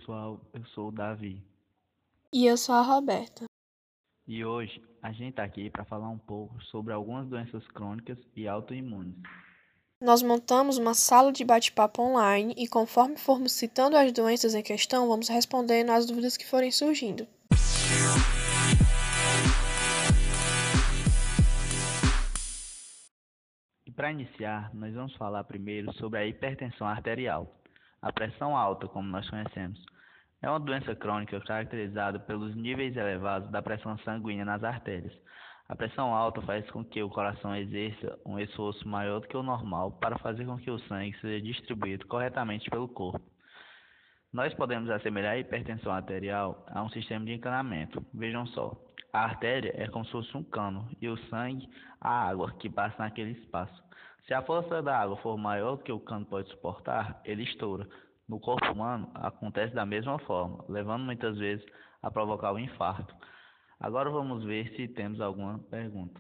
pessoal, eu sou o Davi E eu sou a Roberta. e hoje a gente está aqui para falar um pouco sobre algumas doenças crônicas e autoimunes. Nós montamos uma sala de bate-papo online e, conforme formos citando as doenças em questão, vamos respondendo às dúvidas que forem surgindo. E para iniciar, nós vamos falar primeiro sobre a hipertensão arterial. A pressão alta, como nós conhecemos, é uma doença crônica caracterizada pelos níveis elevados da pressão sanguínea nas artérias. A pressão alta faz com que o coração exerça um esforço maior do que o normal para fazer com que o sangue seja distribuído corretamente pelo corpo. Nós podemos assemelhar a hipertensão arterial a um sistema de encanamento. Vejam só, a artéria é como se fosse um cano e o sangue, a água que passa naquele espaço. Se a força da água for maior do que o cano pode suportar, ele estoura. No corpo humano, acontece da mesma forma, levando muitas vezes a provocar o infarto. Agora vamos ver se temos alguma pergunta.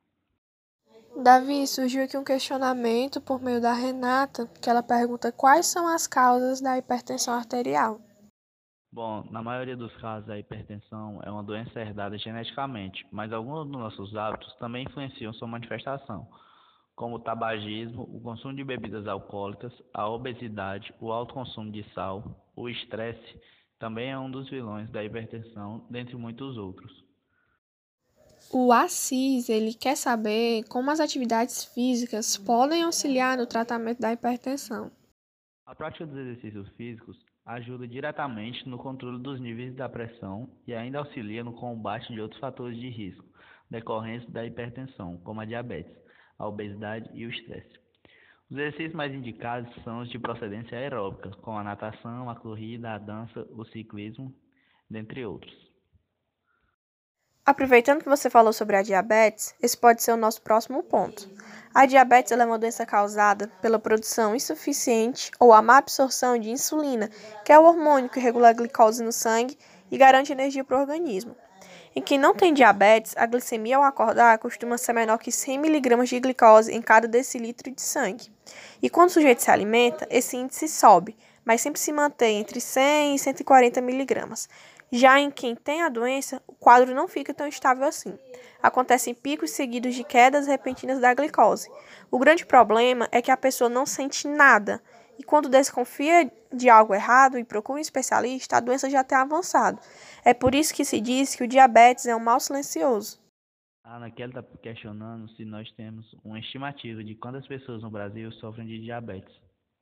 Davi, surgiu aqui um questionamento por meio da Renata, que ela pergunta quais são as causas da hipertensão arterial. Bom, na maioria dos casos, a hipertensão é uma doença herdada geneticamente, mas alguns dos nossos hábitos também influenciam sua manifestação, como o tabagismo, o consumo de bebidas alcoólicas, a obesidade, o alto consumo de sal, o estresse, também é um dos vilões da hipertensão, dentre muitos outros. O Assis, ele quer saber como as atividades físicas podem auxiliar no tratamento da hipertensão. A prática dos exercícios físicos ajuda diretamente no controle dos níveis da pressão e ainda auxilia no combate de outros fatores de risco decorrentes da hipertensão, como a diabetes, a obesidade e o estresse. Os exercícios mais indicados são os de procedência aeróbica, como a natação, a corrida, a dança, o ciclismo, dentre outros. Aproveitando que você falou sobre a diabetes, esse pode ser o nosso próximo ponto. A diabetes ela é uma doença causada pela produção insuficiente ou a má absorção de insulina, que é o hormônio que regula a glicose no sangue e garante energia para o organismo. Em quem não tem diabetes, a glicemia ao acordar costuma ser menor que 100 mg de glicose em cada decilitro de sangue. E quando o sujeito se alimenta, esse índice sobe, mas sempre se mantém entre 100 e 140 mg. Já em quem tem a doença, o quadro não fica tão estável assim. Acontecem picos seguidos de quedas repentinas da glicose. O grande problema é que a pessoa não sente nada, e quando desconfia de algo errado e procura um especialista, a doença já tem avançado. É por isso que se diz que o diabetes é um mal silencioso. A Anaquela está questionando se nós temos uma estimativa de quantas pessoas no Brasil sofrem de diabetes.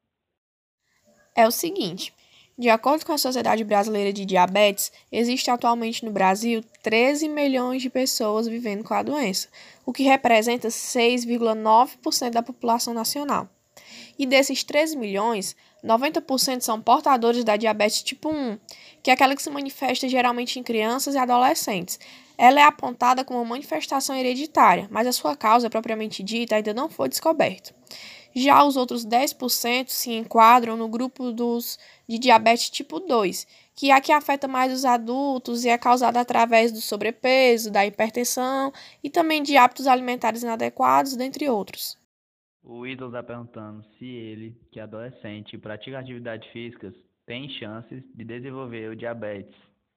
É o seguinte: de acordo com a Sociedade Brasileira de Diabetes, existe atualmente no Brasil 13 milhões de pessoas vivendo com a doença, o que representa 6,9% da população nacional. E desses 13 milhões, 90% são portadores da diabetes tipo 1, que é aquela que se manifesta geralmente em crianças e adolescentes. Ela é apontada como uma manifestação hereditária, mas a sua causa propriamente dita ainda não foi descoberta. Já os outros 10% se enquadram no grupo dos de diabetes tipo 2, que é a que afeta mais os adultos e é causada através do sobrepeso, da hipertensão e também de hábitos alimentares inadequados, dentre outros. O ídolo está perguntando se ele, que é adolescente e pratica atividades físicas, tem chances de desenvolver o diabetes.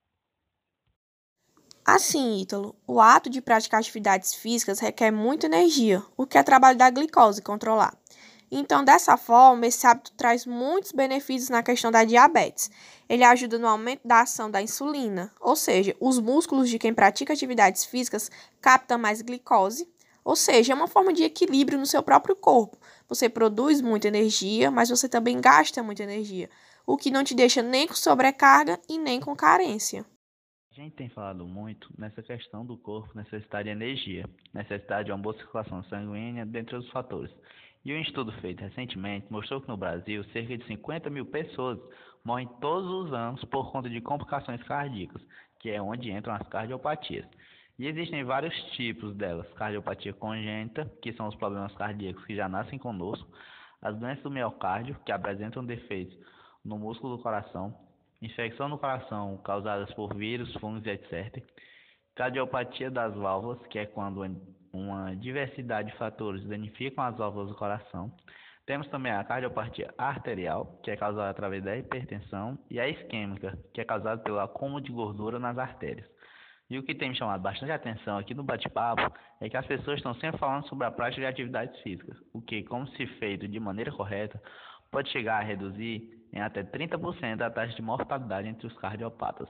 Assim, Ítalo, o ato de praticar atividades físicas requer muita energia, o que é trabalho da glicose controlar. Então, dessa forma, esse hábito traz muitos benefícios na questão da diabetes. Ele ajuda no aumento da ação da insulina, ou seja, os músculos de quem pratica atividades físicas captam mais glicose, ou seja, é uma forma de equilíbrio no seu próprio corpo. Você produz muita energia, mas você também gasta muita energia, o que não te deixa nem com sobrecarga e nem com carência. A gente tem falado muito nessa questão do corpo necessitar de energia, necessidade de uma boa circulação sanguínea, dentre outros fatores. E um estudo feito recentemente mostrou que no Brasil, cerca de 50 mil pessoas morrem todos os anos por conta de complicações cardíacas, que é onde entram as cardiopatias. E existem vários tipos delas: cardiopatia congênita, que são os problemas cardíacos que já nascem conosco, as doenças do miocárdio, que apresentam defeitos no músculo do coração, infecção no coração causadas por vírus, fungos, etc. Cardiopatia das válvulas, que é quando uma diversidade de fatores danificam as válvulas do coração. Temos também a cardiopatia arterial, que é causada através da hipertensão, e a isquêmica, que é causada pelo acúmulo de gordura nas artérias. E o que tem me chamado bastante atenção aqui no bate-papo é que as pessoas estão sempre falando sobre a prática de atividades físicas, o que, como se feito de maneira correta, pode chegar a reduzir em até 30% a taxa de mortalidade entre os cardiopatas.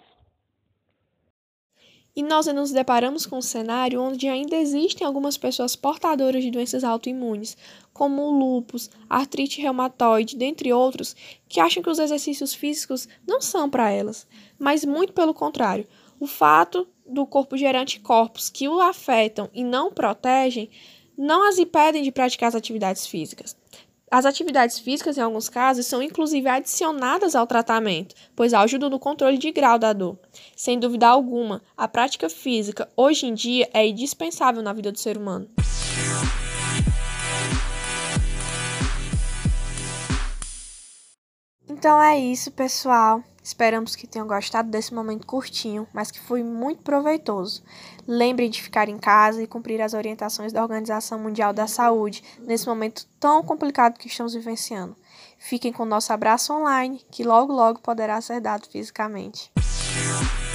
E nós nos deparamos com um cenário onde ainda existem algumas pessoas portadoras de doenças autoimunes, como o lúpus, artrite reumatoide, dentre outros, que acham que os exercícios físicos não são para elas, mas muito pelo contrário. O fato do corpo gerar anticorpos que o afetam e não protegem não as impedem de praticar as atividades físicas. As atividades físicas, em alguns casos, são inclusive adicionadas ao tratamento, pois ajudam no controle de grau da dor. Sem dúvida alguma, a prática física, hoje em dia, é indispensável na vida do ser humano. Então é isso, pessoal. Esperamos que tenham gostado desse momento curtinho, mas que foi muito proveitoso. Lembrem de ficar em casa e cumprir as orientações da Organização Mundial da Saúde nesse momento tão complicado que estamos vivenciando. Fiquem com o nosso abraço online, que logo logo poderá ser dado fisicamente.